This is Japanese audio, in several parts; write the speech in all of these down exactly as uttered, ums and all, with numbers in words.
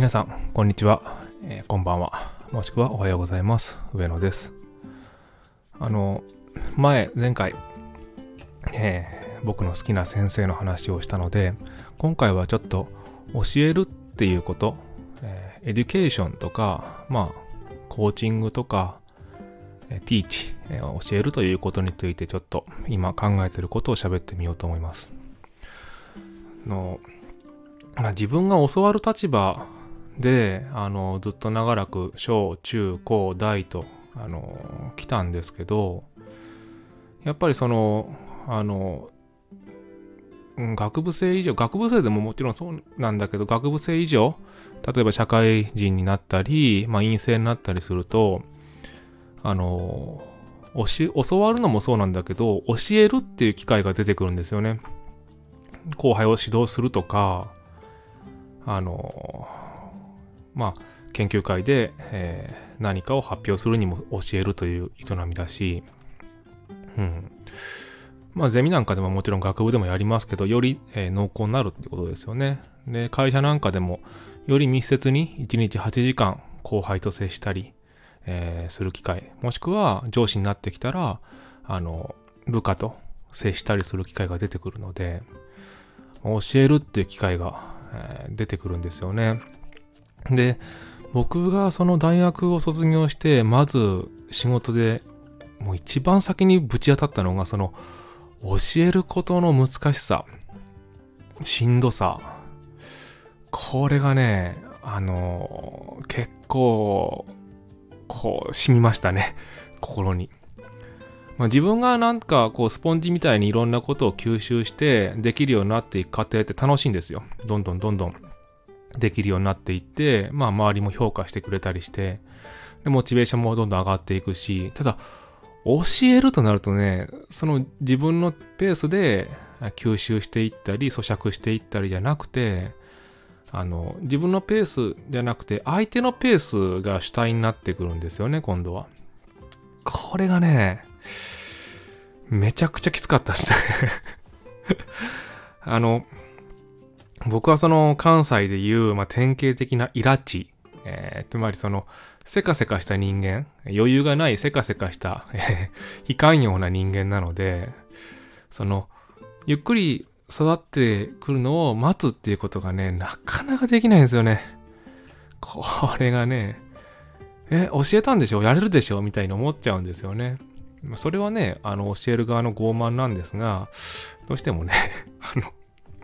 皆さんこんにちは、えー、こんばんは、もしくはおはようございます。上野です。あの前前回、えー、僕の好きな先生の話をしたので、今回はちょっと教えるっていうこと、えー、エデュケーションとか、まあコーチングとか、えー、ティーチ、えー、教えるということについてちょっと今考えていることを喋ってみようと思います。のまあ、自分が教わる立場であのずっと長らく小中高大とあの来たんですけど、やっぱりそのあの学部生以上学部生でももちろんそうなんだけど、学部生以上、例えば社会人になったり、まあ、院生になったりすると、あの教, 教わるのもそうなんだけど、教えるっていう機会が出てくるんですよね。後輩を指導するとか、あのまあ研究会で、えー、何かを発表するにも教えるという営みだし、うん、まあゼミなんかでももちろん学部でもやりますけど、より、えー、濃厚になるってことですよね。で、会社なんかでもより密接にいちにちはちじかん後輩と接したり、えー、する機会、もしくは上司になってきたらあの部下と接したりする機会が出てくるので、教えるっていう機会が、えー、出てくるんですよね。で、僕がその大学を卒業してまず仕事でもう一番先にぶち当たったのが、その教えることの難しさ、しんどさ、これがね、あのー、結構こう染みましたね、心に。まあ、自分がなんかこうスポンジみたいにいろんなことを吸収してできるようになっていく過程って楽しいんですよ。どんどんどんどんできるようになっていって、まあ周りも評価してくれたりして、でモチベーションもどんどん上がっていくし、ただ教えるとなるとね、その自分のペースで吸収していったり咀嚼していったりじゃなくて、あの自分のペースじゃなくて相手のペースが主体になってくるんですよね、今度は。これがね、めちゃくちゃきつかったですねあの僕はその関西でいう、まあ、典型的なイラチ、えー、つまりそのせかせかした人間、余裕がないせかせかした、えー、非寛容な人間なので、そのゆっくり育ってくるのを待つっていうことがね、なかなかできないんですよね。これがね、え教えたんでしょ、やれるでしょみたいに思っちゃうんですよね。それはね、あの教える側の傲慢なんですが、どうしてもねあの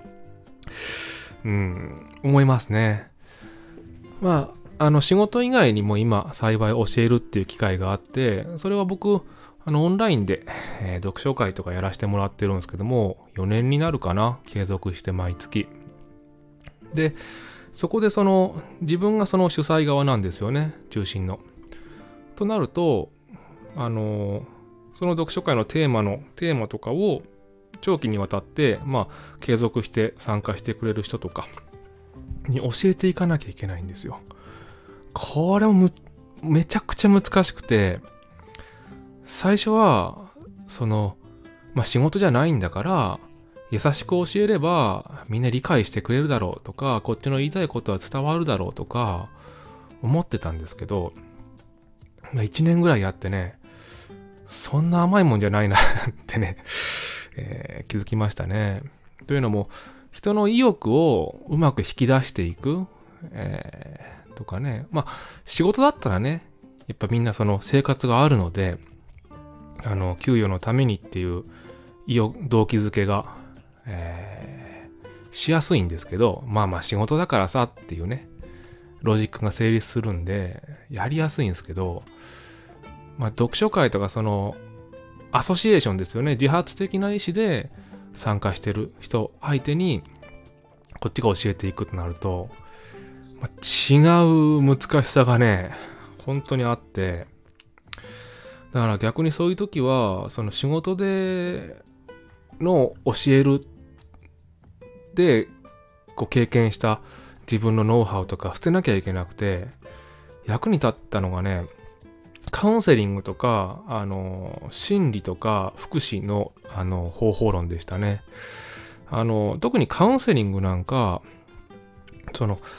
うん思いますね。まああの仕事以外にも今幸い教えるっていう機会があって、それは僕あのオンラインで、えー、読書会とかやらせてもらってるんですけども、よねんになるかな、継続して毎月で、そこでその自分がその主催側なんですよね、中心の。となると、あのその読書会のテーマのテーマとかを長期にわたってまあ継続して参加してくれる人とかに教えていかなきゃいけないんですよ。これもむめちゃくちゃ難しくて、最初はそのまあ仕事じゃないんだから優しく教えればみんな理解してくれるだろうとか、こっちの言いたいことは伝わるだろうとか思ってたんですけど、まあ、いちねんぐらいやってね、そんな甘いもんじゃないなってね、えー、気づきましたね。というのも、人の意欲をうまく引き出していく、えー、とかね、まあ仕事だったらね、やっぱみんなその生活があるので、あの給与のためにっていう意欲動機づけが、えー、しやすいんですけど、まあまあ仕事だからさっていうね、ロジックが成立するんでやりやすいんですけど、まあ、読書会とかそのアソシエーションですよね、自発的な意思で参加してる人相手にこっちが教えていくとなると、まあ、違う難しさがね本当にあって、だから逆にそういう時はその仕事での教えるでこう経験した自分のノウハウとか捨てなきゃいけなくて、役に立ったのがね、カウンセリングとか、あの、心理とか福祉の、あの、方法論でしたね。あの、特にカウンセリングなんか、その、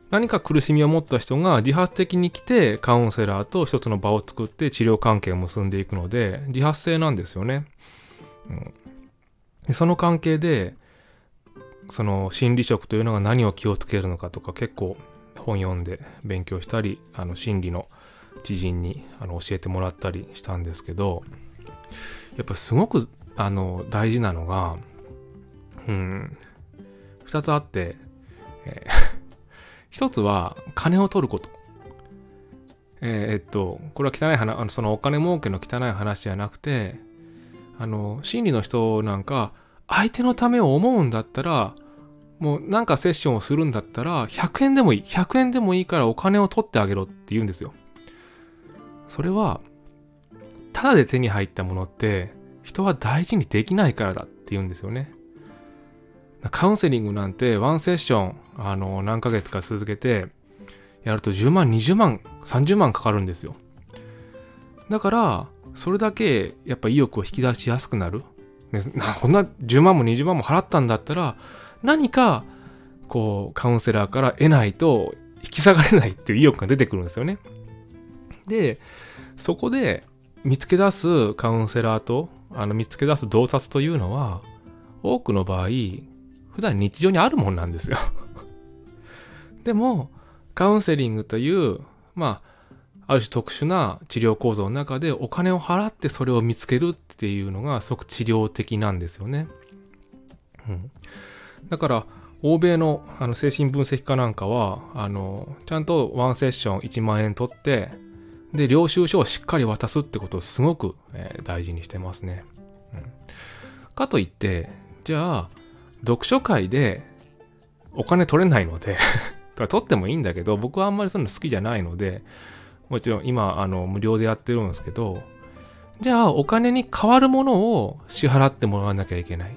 何か苦しみを持った人が自発的に来てカウンセラーと一つの場を作って治療関係を結んでいくので、自発性なんですよね。うん、でその関係でその心理職というのが何を気をつけるのかとか結構本読んで勉強したり、あの心理の知人にあの教えてもらったりしたんですけど、やっぱすごくあの大事なのが、うん、ふたつあって、えー一つは金を取ること。えー、っと、これは汚い話、あのそのお金儲けの汚い話じゃなくて、あの、心理の人なんか、相手のためを思うんだったら、もうなんかセッションをするんだったら、ひゃくえんでもいい。ひゃくえんでもいいからお金を取ってあげろって言うんですよ。それは、ただで手に入ったものって、人は大事にできないからだって言うんですよね。カウンセリングなんてワンセッションあの何ヶ月か続けてやるとじゅうまん、にじゅうまん、さんじゅうまんかかるんですよ。だからそれだけやっぱ意欲を引き出しやすくなる。ね、なこんなじゅうまんもにじゅうまんも払ったんだったら何かこうカウンセラーから得ないと引き下がれないっていう意欲が出てくるんですよね。で、そこで見つけ出すカウンセラーとあの見つけ出す洞察というのは多くの場合普段日常にあるもんなんですよ。でもカウンセリングというまあある種特殊な治療構造の中でお金を払ってそれを見つけるっていうのがすごく治療的なんですよね。うん、だから欧米の、あの精神分析家なんかはあのちゃんとワンセッションいちまんえん取ってで領収書をしっかり渡すってことをすごく、えー、大事にしてますね。うん、かといってじゃあ読書会でお金取れないので取ってもいいんだけど僕はあんまりそういうの好きじゃないのでもちろん今あの無料でやってるんですけど、じゃあお金に代わるものを支払ってもらわなきゃいけない。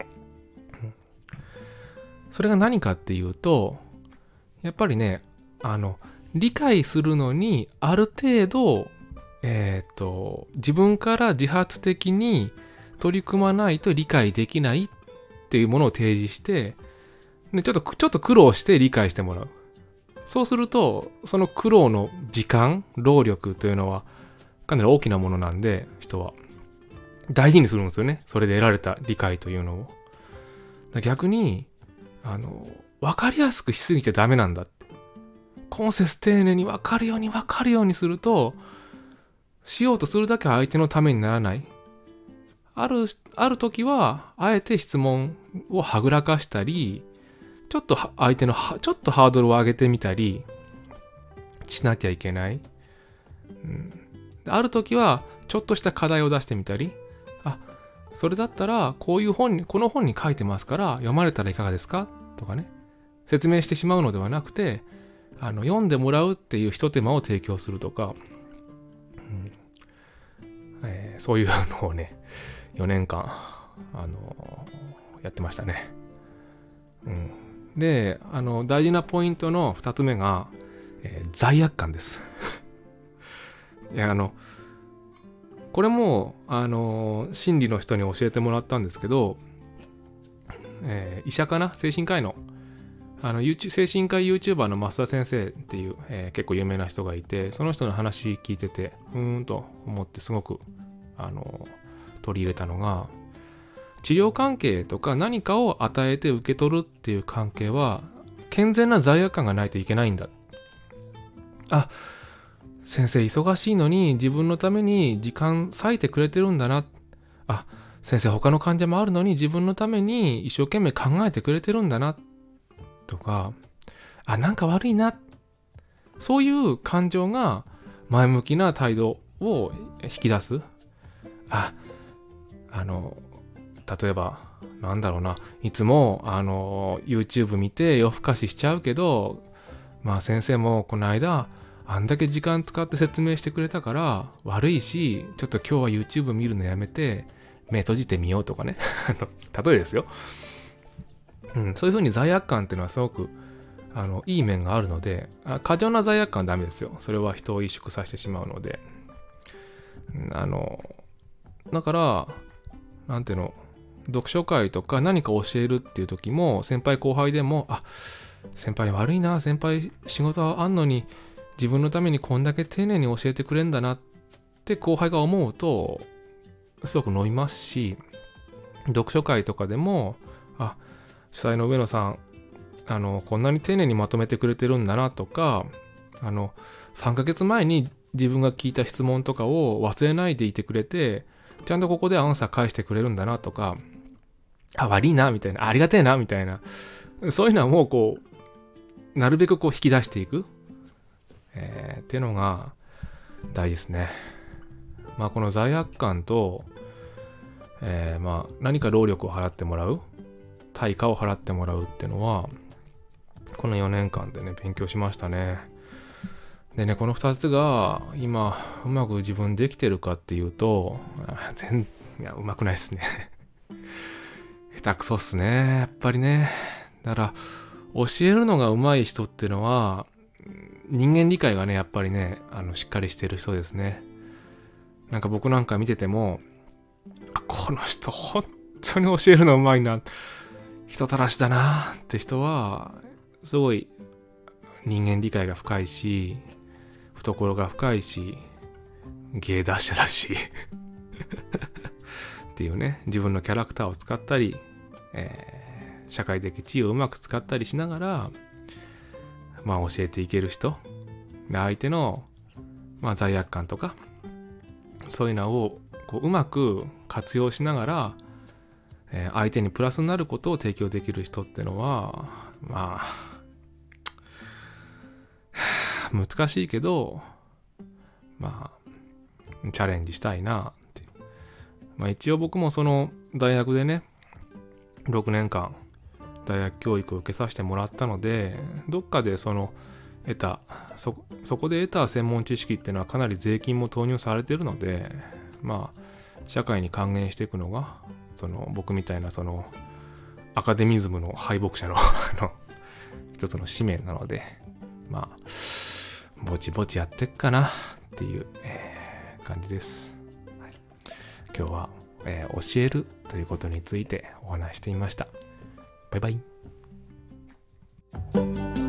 それが何かっていうとやっぱりねあの理解するのにある程度えっと自分から自発的に取り組まないと理解できないっていうものを提示して、でちょっとちょっと苦労して理解してもらう。そうするとその苦労の時間、労力というのはかなり大きなものなんで人は大事にするんですよね。それで得られた理解というのを。逆にあの分かりやすくしすぎちゃダメなんだって。今節丁寧に分かるように分かるようにするとしようとするだけは相手のためにならない。ある、ある時は、あえて質問をはぐらかしたり、ちょっと相手の、ちょっとハードルを上げてみたりしなきゃいけない。うん、ある時は、ちょっとした課題を出してみたり、あ、それだったら、こういう本に、この本に書いてますから、読まれたらいかがですかとかね、説明してしまうのではなくて、あの、読んでもらうっていう一手間を提供するとか、うんえー、そういうのをね、よねんかん、あのー、やってましたね。うん、で、あの大事なポイントのふたつめが、えー、罪悪感です。いやあのこれもあのー、心理の人に教えてもらったんですけど、えー、医者かな精神科医のあの精神科医 YouTuber の増田先生っていう、えー、結構有名な人がいて、その人の話聞いててうーんと思ってすごくあのー取り入れたのが、治療関係とか何かを与えて受け取るっていう関係は健全な罪悪感がないといけないんだ。あ、先生忙しいのに自分のために時間割いてくれてるんだな。あ、先生他の患者もあるのに自分のために一生懸命考えてくれてるんだなとか、あ、なんか悪いな、そういう感情が前向きな態度を引き出す。あ、あの例えばなんだろうな、いつもあの YouTube 見て夜更かししちゃうけど、まあ先生もこの間あんだけ時間使って説明してくれたから悪いし、ちょっと今日は YouTube 見るのやめて目閉じてみようとかね例えですよ、うん、そういう風に罪悪感っていうのはすごくあのいい面があるので、あ過剰な罪悪感はダメですよ。それは人を萎縮させてしまうので、あのだからなんていうの、読書会とか何か教えるっていう時も先輩後輩でも、あ、 先輩悪いな、先輩仕事あんのに自分のためにこんだけ丁寧に教えてくれんだなって後輩が思うとすごく伸びますし、読書会とかでも、あ、主催の上野さん、あのこんなに丁寧にまとめてくれてるんだなとか、あのさんかげつまえに自分が聞いた質問とかを忘れないでいてくれて、ちゃんとここでアンサー返してくれるんだなとか、あ、悪いなみたいな、ありがてえなみたいな、そういうのはもうこうなるべくこう引き出していく、えー、っていうのが大事ですね。まあこの罪悪感と、えー、まあ何か労力を払ってもらう、対価を払ってもらうっていうのはこのよねんかんでね勉強しましたね。でね、このふたつが今うまく自分できてるかっていうと、全いやうまくないですね下手くそっすね、やっぱりね。だから教えるのがうまい人っていうのは人間理解がねやっぱりねあのしっかりしてる人ですね。なんか僕なんか見てても、この人本当に教えるのうまいな、人たらしだなって人はすごい人間理解が深いし、懐が深いし、芸達者だしっていうね、自分のキャラクターを使ったり、えー、社会的地位をうまく使ったりしながら、まあ教えていける人で、相手の、まあ、罪悪感とかそういうのをこううまく活用しながら、えー、相手にプラスになることを提供できる人ってのはまあ難しいけど、まあチャレンジしたいなっていう。まあ一応僕もその大学でねろくねんかん大学教育を受けさせてもらったので、どっかでその得た そ, そこで得た専門知識っていうのはかなり税金も投入されているので、まあ社会に還元していくのがその僕みたいなそのアカデミズムの敗北者の一つの使命なので、まあぼちぼちやってっかなっていう、えー、感じです、はい、今日は、えー、教えるということについてお話してみました。バイバイ。